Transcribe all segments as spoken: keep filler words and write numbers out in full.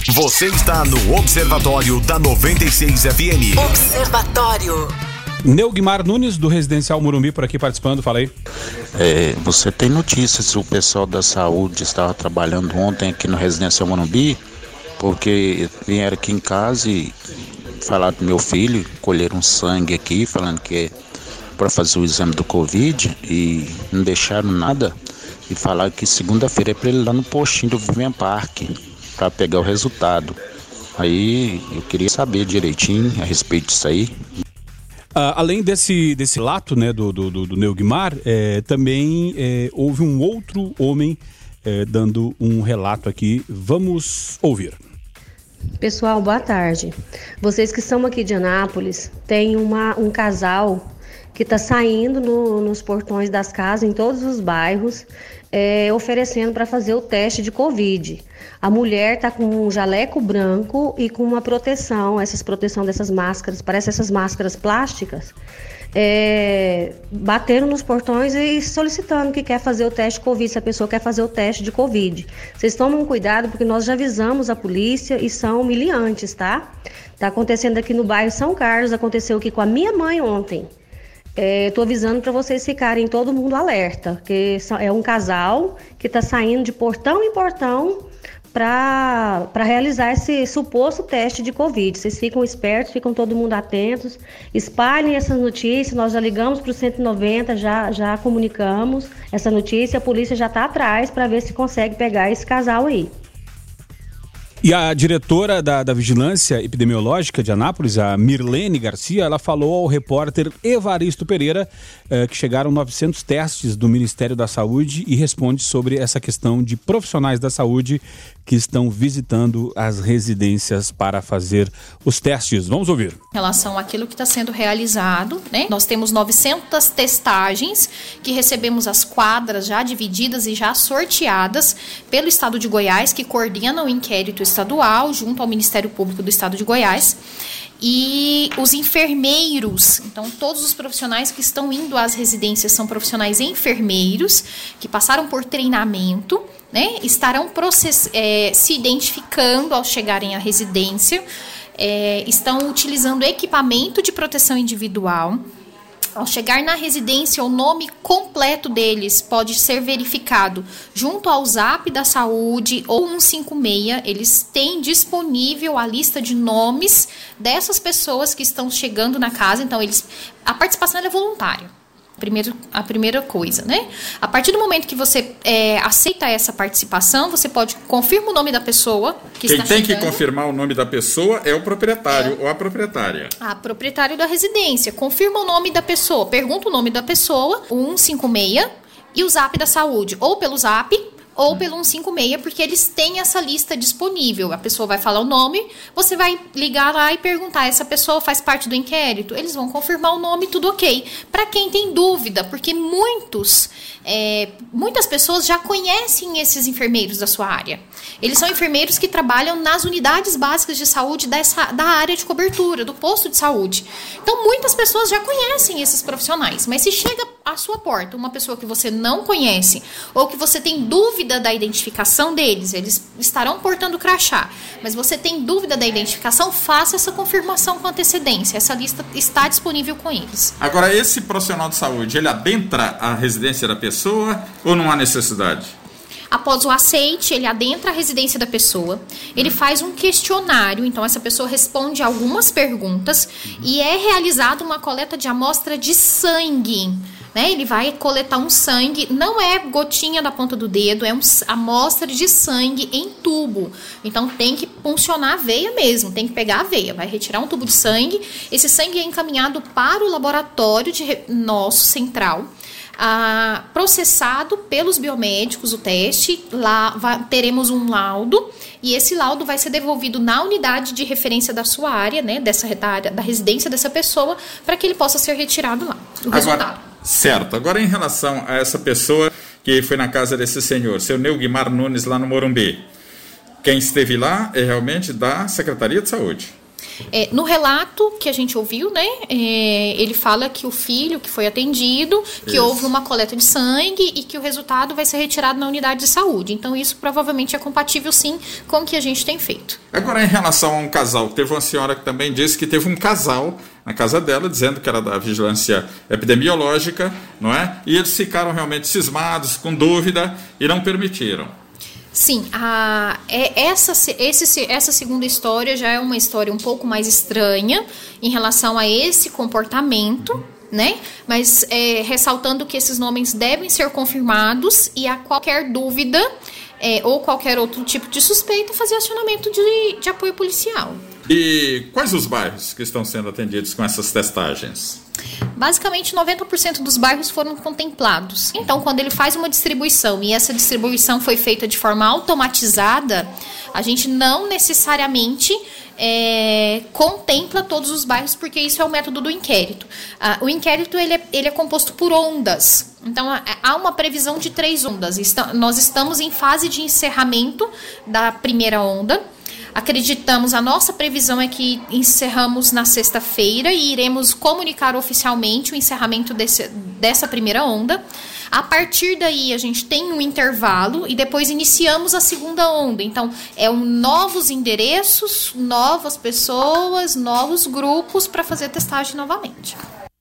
Você está no Observatório da noventa e seis F M. Observatório. Neugmar Nunes, do Residencial Morumbi, por aqui participando, fala aí. É, você tem notícias se o pessoal da saúde estava trabalhando ontem aqui no Residencial Morumbi? Porque vieram aqui em casa e falaram do meu filho, colheram sangue aqui, falando que é para fazer o exame do Covid e não deixaram nada. E falaram que segunda-feira é para ele ir lá no postinho do Vivian Park para pegar o resultado. Aí eu queria saber direitinho a respeito disso aí. Uh, além desse, desse lato, né, do, do, do Neugmar, é, também é, houve um outro homem é, dando um relato aqui. Vamos ouvir. Pessoal, boa tarde. Vocês que são aqui de Anápolis, tem uma, um casal que está saindo no, nos portões das casas, em todos os bairros, é, oferecendo para fazer o teste de Covid. A mulher está com um jaleco branco e com uma proteção, essas proteção dessas máscaras, parece essas máscaras plásticas, é, bateram nos portões e solicitando que quer fazer o teste de Covid, se a pessoa quer fazer o teste de Covid. Vocês tomam cuidado porque nós já avisamos a polícia e são humilhantes, tá? Tá acontecendo aqui no bairro São Carlos, aconteceu aqui com a minha mãe ontem. Estou é, avisando para vocês ficarem todo mundo alerta, porque é um casal que está saindo de portão em portão para realizar esse suposto teste de Covid. Vocês ficam espertos, ficam todo mundo atentos, espalhem essas notícias. Nós já ligamos para o cento e noventa, já, já comunicamos essa notícia, a polícia já está atrás para ver se consegue pegar esse casal aí. E a diretora da, da Vigilância Epidemiológica de Anápolis, a Mirlene Garcia, ela falou ao repórter Evaristo Pereira eh, que chegaram novecentos testes do Ministério da Saúde e responde sobre essa questão de profissionais da saúde que estão visitando as residências para fazer os testes. Vamos ouvir. Em relação àquilo que está sendo realizado, né? Nós temos novecentas testagens que recebemos as quadras já divididas e já sorteadas pelo Estado de Goiás, que coordena o inquérito estadual junto ao Ministério Público do Estado de Goiás. E os enfermeiros, então todos os profissionais que estão indo às residências são profissionais enfermeiros que passaram por treinamento, né? Estarão process, é, se identificando ao chegarem à residência, é, estão utilizando equipamento de proteção individual. Ao chegar na residência, o nome completo deles pode ser verificado junto ao Zap da Saúde ou cento e cinquenta e seis. Eles têm disponível a lista de nomes dessas pessoas que estão chegando na casa. Então, eles, a participação ela é voluntária. Primeiro, a primeira coisa, né? A partir do momento que você é, aceita essa participação, você pode confirmar o nome da pessoa que Quem está tem chegando. que confirmar o nome da pessoa é o proprietário é. ou a proprietária. A proprietário da residência. Confirma o nome da pessoa, pergunta o nome da pessoa, o cento e cinquenta e seis e o Zap da Saúde, ou pelo Zap ou pelo cento e cinquenta e seis, porque eles têm essa lista disponível. A pessoa vai falar o nome, você vai ligar lá e perguntar, essa pessoa faz parte do inquérito? Eles vão confirmar o nome, tudo ok. Para quem tem dúvida, porque muitos, é, muitas pessoas já conhecem esses enfermeiros da sua área. Eles são enfermeiros que trabalham nas unidades básicas de saúde dessa, da área de cobertura, do posto de saúde. Então, muitas pessoas já conhecem esses profissionais, mas se chega à sua porta uma pessoa que você não conhece ou que você tem dúvida da identificação deles, eles estarão portando crachá, mas você tem dúvida da identificação, faça essa confirmação com antecedência. Essa lista está disponível com eles. Agora, esse profissional de saúde, ele adentra a residência da pessoa ou não há necessidade? Após o aceite, ele adentra a residência da pessoa, ele faz um questionário, então essa pessoa responde algumas perguntas e é realizada uma coleta de amostra de sangue. Né? Ele vai coletar um sangue, não é gotinha da ponta do dedo, é uma amostra de sangue em tubo. Então tem que puncionar a veia mesmo, tem que pegar a veia, vai retirar um tubo de sangue. Esse sangue é encaminhado para o laboratório de nosso central, ah, processado pelos biomédicos, o teste. Lá vai, teremos um laudo e esse laudo vai ser devolvido na unidade de referência da sua área, né, dessa da, da residência dessa pessoa, para que ele possa ser retirado lá, o Agora... resultado. Certo. Agora, em relação a essa pessoa que foi na casa desse senhor, seu Neugmar Nunes, lá no Morumbi, quem esteve lá é realmente da Secretaria de Saúde. É, no relato que a gente ouviu, né, é, ele fala que o filho que foi atendido, que isso. houve uma coleta de sangue e que o resultado vai ser retirado na unidade de saúde. Então isso provavelmente é compatível sim com o que a gente tem feito. Agora, em relação a um casal, teve uma senhora que também disse que teve um casal na casa dela, dizendo que era da vigilância epidemiológica, não é? E eles ficaram realmente cismados, com dúvida, e não permitiram. Sim, a, é, essa, esse, essa segunda história já é uma história um pouco mais estranha em relação a esse comportamento, né? Mas é, ressaltando que esses nomes devem ser confirmados e a qualquer dúvida é, ou qualquer outro tipo de suspeita fazer acionamento de, de apoio policial. E quais os bairros que estão sendo atendidos com essas testagens? Basicamente, noventa por cento dos bairros foram contemplados. Então, quando ele faz uma distribuição e essa distribuição foi feita de forma automatizada, a gente não necessariamente é, contempla todos os bairros, porque isso é o método do inquérito. Ah, o inquérito ele é, ele é composto por ondas. Então, há uma previsão de três ondas. Está, nós estamos em fase de encerramento da primeira onda. Acreditamos, a nossa previsão é que encerramos na sexta-feira e iremos comunicar oficialmente o encerramento desse, dessa primeira onda. A partir daí, a gente tem um intervalo e depois iniciamos a segunda onda. Então, é um novos endereços, novas pessoas, novos grupos para fazer a testagem novamente.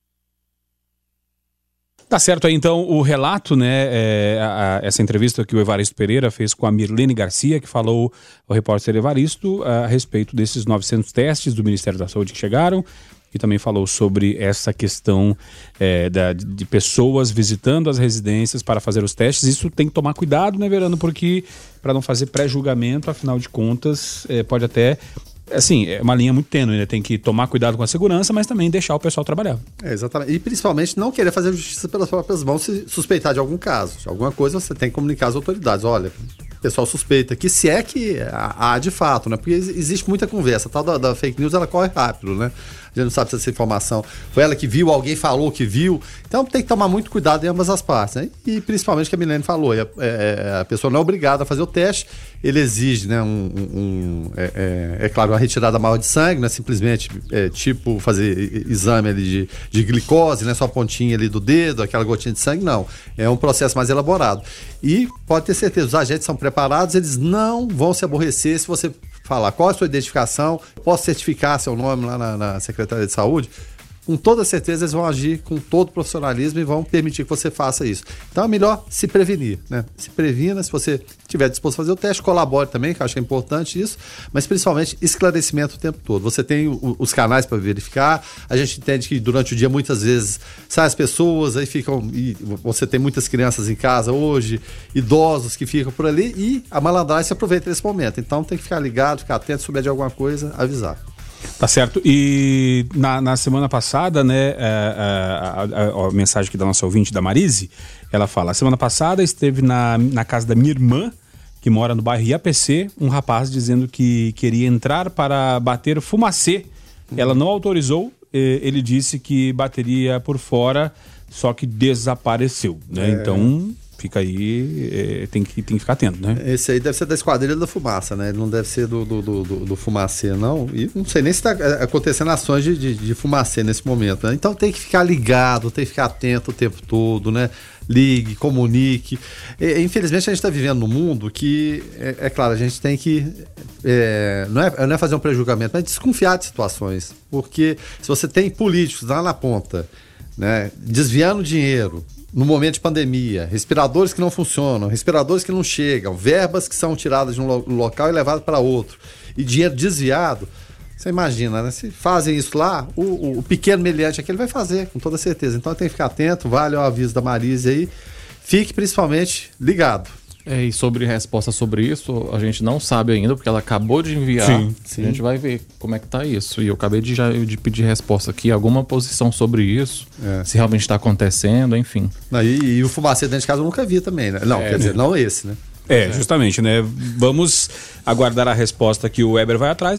Tá certo aí, então, o relato, né, é, a, a, essa entrevista que o Evaristo Pereira fez com a Mirlene Garcia, que falou ao repórter Evaristo a, a respeito desses novecentos testes do Ministério da Saúde que chegaram, e também falou sobre essa questão é, da, de pessoas visitando as residências para fazer os testes. Isso tem que tomar cuidado, né, Verano, porque para não fazer pré-julgamento, afinal de contas, é, pode até... Assim, é uma linha muito tênue, né? Tem que tomar cuidado com a segurança, mas também deixar o pessoal trabalhar. É, exatamente. E principalmente não querer fazer justiça pelas próprias mãos se suspeitar de algum caso. De alguma coisa você tem que comunicar às autoridades. Olha, o pessoal suspeita que se é que há de fato, né? Porque existe muita conversa. A tal da, da fake news, ela corre rápido, né? A gente não sabe se essa informação foi ela que viu, alguém falou que viu. Então tem que tomar muito cuidado em ambas as partes, né? E principalmente o que a Milene falou, é, é, a pessoa não é obrigada a fazer o teste, ele exige, né, um, um, é, é, é claro, uma retirada maior de sangue, não é simplesmente é, tipo fazer exame ali de, de glicose, né, só a pontinha ali do dedo, aquela gotinha de sangue, não. É um processo mais elaborado. E pode ter certeza, os agentes são preparados, eles não vão se aborrecer se você falar qual é a sua identificação, posso certificar seu nome lá na, na Secretaria de Saúde. Com toda certeza eles vão agir com todo profissionalismo e vão permitir que você faça isso. Então é melhor se prevenir, né? Se previna, se você estiver disposto a fazer o teste, colabore também, que eu acho que é importante isso, mas principalmente esclarecimento o tempo todo. Você tem o, os canais para verificar, a gente entende que durante o dia muitas vezes saem as pessoas, aí ficam, e você tem muitas crianças em casa hoje, idosos que ficam por ali e a malandragem se aproveita desse momento. Então tem que ficar ligado, ficar atento, se souber de alguma coisa, avisar. Tá certo. E na, na semana passada, né, a, a, a, a mensagem aqui da nossa ouvinte, da Marise, ela fala, a semana passada esteve na, na casa da minha irmã, que mora no bairro I A P C, um rapaz dizendo que queria entrar para bater fumacê. Ela não autorizou, ele disse que bateria por fora, só que desapareceu, né? É. Então... Fica aí, é, tem, que, tem que ficar atento, né? Esse aí deve ser da Esquadrilha da Fumaça, né? Ele não deve ser do, do, do, do fumacê, não. E não sei nem se está acontecendo ações de, de, de fumacê nesse momento, né? Então tem que ficar ligado, tem que ficar atento o tempo todo, né? Ligue, comunique. E, infelizmente a gente está vivendo num mundo que, é, é claro, a gente tem que, é, não, é, não é fazer um pré-julgamento, mas desconfiar de situações. Porque se você tem políticos lá na ponta, né, desviando dinheiro, no momento de pandemia, respiradores que não funcionam, respiradores que não chegam, verbas que são tiradas de um lo- local e levadas para outro, e dinheiro desviado, você imagina, né? Se fazem isso lá, o, o, o pequeno meliante aqui ele vai fazer, com toda certeza. Então tem que ficar atento, vale o aviso da Marise aí, fique principalmente ligado. É, e sobre resposta sobre isso, a gente não sabe ainda, porque ela acabou de enviar. Sim, sim. A gente vai ver como é que tá isso. E eu acabei de, já, de pedir resposta aqui, alguma posição sobre isso, é. Se realmente está acontecendo, enfim. Não, e, e o fumacê dentro de casa eu nunca vi também, né? Não, é, quer dizer, não esse, né? É, justamente, né? Vamos aguardar a resposta que o Weber vai atrás.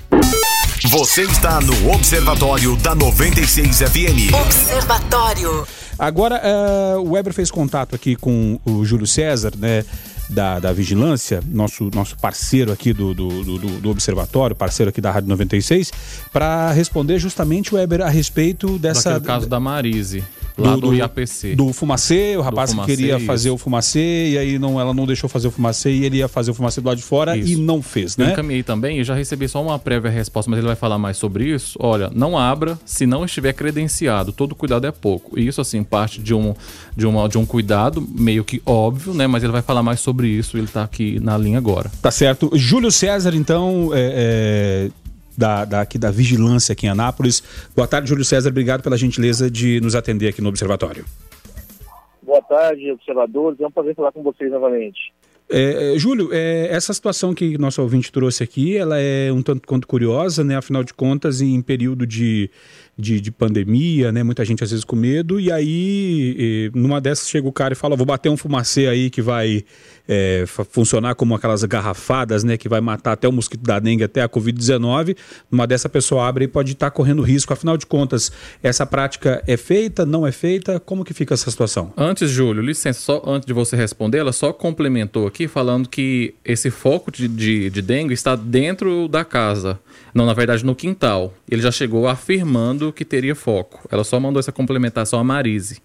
Você está no Observatório da noventa e seis F M. Observatório. Agora, uh, o Weber fez contato aqui com o Júlio César, né? da, da Vigilância, nosso, nosso parceiro aqui do, do, do, do Observatório, parceiro aqui da Rádio noventa e seis, para responder justamente, Weber, a respeito dessa... Daquele caso da Marise, lá do, do I A P C. Do fumacê, o rapaz fumacê, que queria isso. fazer o fumacê, e aí não, ela não deixou fazer o fumacê, e ele ia fazer o fumacê do lado de fora isso. e não fez, né? Eu encaminhei também, eu já recebi só uma prévia resposta, mas ele vai falar mais sobre isso. Olha, não abra se não estiver credenciado, todo cuidado é pouco. E isso, assim, parte de um, de uma, de um cuidado meio que óbvio, né? Mas ele vai falar mais sobre isso, ele tá aqui na linha agora. Tá certo. Júlio César, então, é... é... Da, da, aqui da Vigilância aqui em Anápolis. Boa tarde, Júlio César, obrigado pela gentileza de nos atender aqui no Observatório. Boa tarde, observadores, é um prazer falar com vocês novamente. É, Júlio, é, essa situação que nosso ouvinte trouxe aqui, ela é um tanto quanto curiosa, né? Afinal de contas, em período de, de, de pandemia, né? Muita gente às vezes com medo, e aí e, numa dessas chega o cara e fala, vou bater um fumacê aí que vai é, funcionar como aquelas garrafadas, né? Que vai matar até o mosquito da dengue, até a covid dezenove. Numa dessa a pessoa abre e pode estar correndo risco. Afinal de contas, essa prática é feita, não é feita? Como que fica essa situação? Antes, Júlio, licença, só antes de você responder, ela só complementou aqui falando que esse foco de, de, de dengue está dentro da casa, não, na verdade no quintal. Ele já chegou afirmando que teria foco. Ela só mandou essa complementação à Marise.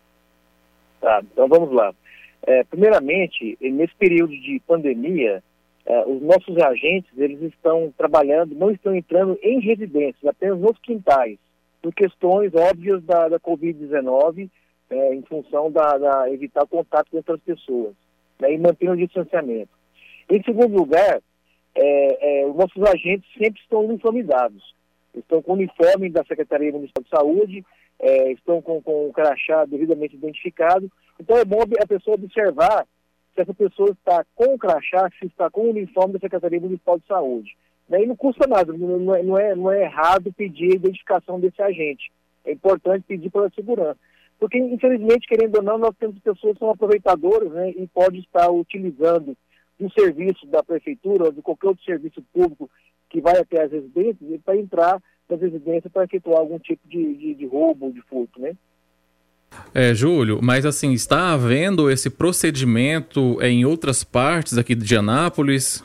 Tá, então vamos lá. É, primeiramente, nesse período de pandemia, é, os nossos agentes, eles estão trabalhando, não estão entrando em residências, apenas nos quintais, por questões óbvias da, da covid dezenove, é, em função da, da evitar contato entre as pessoas. Né, e manter o distanciamento. Em segundo lugar, é, é, os nossos agentes sempre estão uniformizados. Estão com o uniforme da Secretaria Municipal de Saúde, é, estão com, com o crachá devidamente identificado. Então é bom a pessoa observar se essa pessoa está com o crachá, se está com o uniforme da Secretaria Municipal de Saúde. Né, e não custa nada, não é, não, é, não é errado pedir a identificação desse agente. É importante pedir pela segurança. Porque, infelizmente, querendo ou não, nós temos pessoas que são aproveitadoras, né, e podem estar utilizando um serviço da prefeitura ou de qualquer outro serviço público que vai até as residências para entrar nas residências para efetuar algum tipo de, de, de roubo, de furto, né? É, Júlio, mas assim, está havendo esse procedimento em outras partes aqui de Anápolis?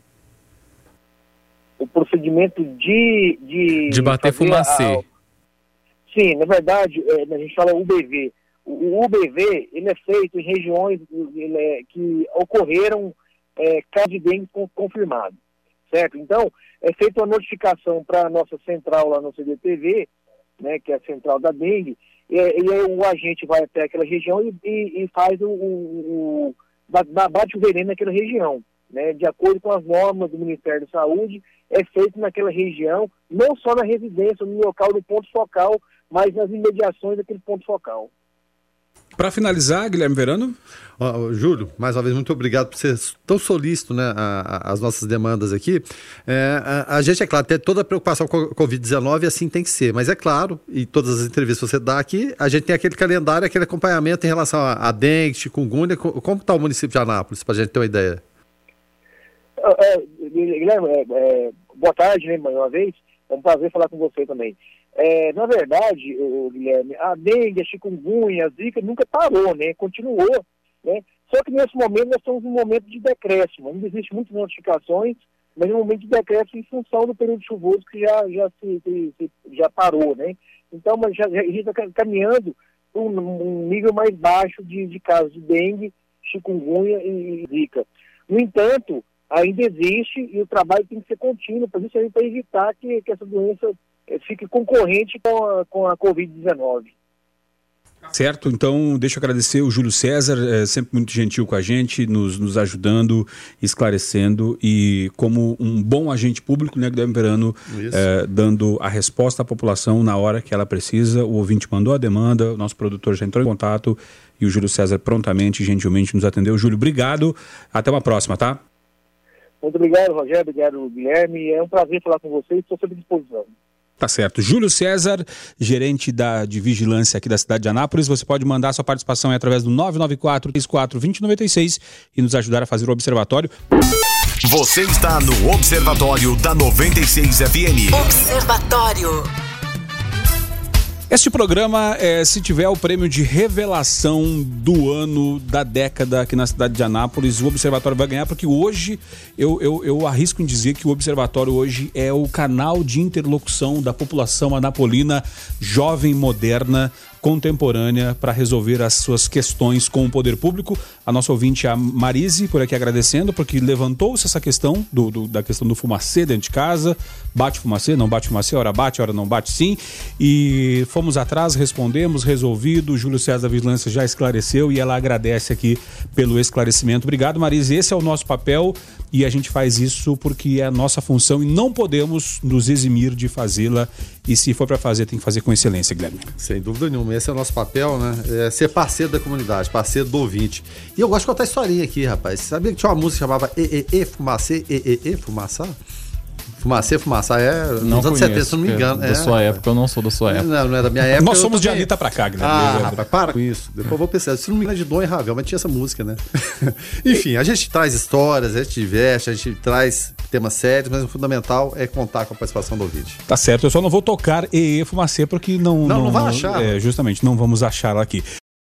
O procedimento de... De, de bater fumacê. A... Sim, na verdade, é, a gente fala U B V. O, o U B V, ele é feito em regiões ele é, que ocorreram é, casos de dengue confirmado, certo? Então, é feita uma notificação para a nossa central lá no C D T V, né, que é a central da dengue, e, e aí o agente vai até aquela região e, e, e faz o, o, o... bate o veneno naquela região, né, de acordo com as normas do Ministério da Saúde, é feito naquela região, não só na residência, no local do ponto focal, mas nas imediações daquele ponto focal. Para finalizar, Guilherme Verano. Oh, Júlio, mais uma vez, muito obrigado por ser tão solícito, né, a, a, as nossas demandas aqui. É, a, a gente, é claro, tem toda a preocupação com a covid dezenove, assim tem que ser, mas é claro, e todas as entrevistas que você dá aqui, a gente tem aquele calendário, aquele acompanhamento em relação a, a dengue, chikungunya. Como está o município de Anápolis, para a gente ter uma ideia? É, Guilherme, é, é, boa tarde, né, mais uma vez. É um prazer falar com você também. É, na verdade, o Guilherme, a dengue, a chikungunya, a zika nunca parou, né? Continuou, né? Só que nesse momento nós estamos num momento de decréscimo. Ainda existem muitas notificações, mas é um momento de decréscimo em função do período chuvoso que já, já, se, se, já parou, né? Então, mas já, já, a gente está caminhando para um, um nível mais baixo de, de casos de dengue, chikungunya e zika. No entanto, ainda existe e o trabalho tem que ser contínuo, justamente para evitar que, que essa doença fique concorrente com a, com a covid dezenove. Certo, então deixa eu agradecer o Júlio César, é sempre muito gentil com a gente, nos, nos ajudando, esclarecendo e como um bom agente público, né, Guilherme Verano, é, dando a resposta à população na hora que ela precisa. O ouvinte mandou a demanda, o nosso produtor já entrou em contato e o Júlio César prontamente e gentilmente nos atendeu. Júlio, obrigado, até uma próxima, tá? Muito obrigado, Rogério, obrigado, Guilherme, é um prazer falar com vocês, estou sempre à disposição. Tá certo. Júlio César, gerente da, de vigilância aqui da cidade de Anápolis. Você pode mandar sua participação aí através do nove nove quatro, três quatro, dois zero nove seis e nos ajudar a fazer o observatório. Você está no Observatório da noventa e seis F M. Observatório. Este programa, é, se tiver o prêmio de revelação do ano, da década aqui na cidade de Anápolis, o Observatório vai ganhar, porque hoje eu, eu, eu arrisco em dizer que o Observatório hoje é o canal de interlocução da população anapolina jovem, moderna, contemporânea, para resolver as suas questões com o poder público. A nossa ouvinte, a Marise, por aqui agradecendo, porque levantou-se essa questão do, do, da questão do fumacê dentro de casa. Bate fumacê, não bate fumacê, hora bate, hora não bate, sim. E fomos atrás, respondemos, resolvido. O Júlio César da Vigilância já esclareceu e ela agradece aqui pelo esclarecimento. Obrigado, Marise. Esse é o nosso papel e a gente faz isso porque é a nossa função e não podemos nos eximir de fazê-la. E se for para fazer, tem que fazer com excelência, Guilherme. Sem dúvida nenhuma. Esse é o nosso papel, né? É ser parceiro da comunidade, parceiro do ouvinte. E eu gosto de contar historinha aqui, rapaz. Sabia que tinha uma música que chamava E, E, E, Fumacê, E, E, E, Fumaçá? Fumacê, Fumaçá é não nos anos setenta, se não me engano. Da é, sua época, eu não sou da sua época. Não, não é da minha época. Nós somos de também... Anitta pra cá, Guilherme. Ah, rapaz, para com isso. Depois eu vou pensar. Se não me engano, é de Dom e Ravel, mas tinha essa música, né? Enfim, a gente traz histórias, a gente diverte, a gente traz temas sérios, mas o fundamental é contar com a participação do ouvinte. Tá certo, eu só não vou tocar E, E, Fumacê, porque não... Não, não, não vai achar. É, justamente, não vamos achar aqui.